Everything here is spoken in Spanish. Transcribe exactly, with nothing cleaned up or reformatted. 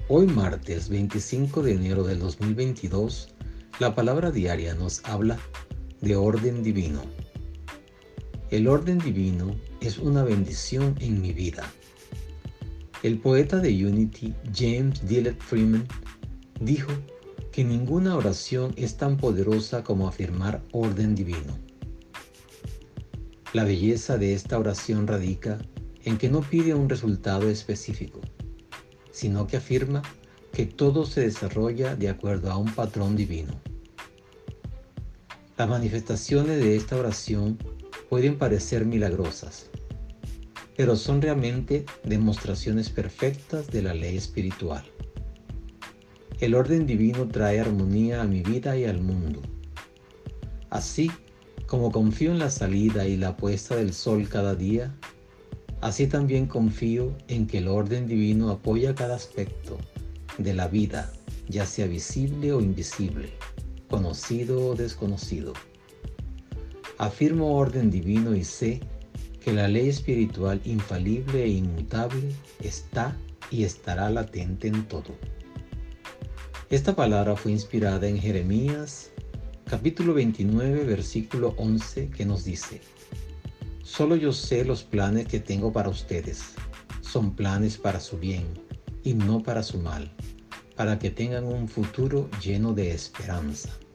Hoy martes veinticinco de enero del dos mil veintidós, la palabra diaria nos habla de orden divino. El orden divino es una bendición en mi vida. El poeta de Unity, James Dillard Freeman, dijo que ninguna oración es tan poderosa como afirmar orden divino. La belleza de esta oración radica en que no pide un resultado específico, sino que afirma que todo se desarrolla de acuerdo a un patrón divino. Las manifestaciones de esta oración pueden parecer milagrosas, pero son realmente demostraciones perfectas de la ley espiritual. El orden divino trae armonía a mi vida y al mundo. Así como confío en la salida y la puesta del sol cada día, así también confío en que el orden divino apoya cada aspecto de la vida, ya sea visible o invisible, conocido o desconocido. Afirmo orden divino y sé que la ley espiritual infalible e inmutable está y estará latente en todo. Esta palabra fue inspirada en Jeremías, capítulo veintinueve, versículo once, que nos dice: Solo yo sé los planes que tengo para ustedes. Son planes para su bien y no para su mal, para que tengan un futuro lleno de esperanza.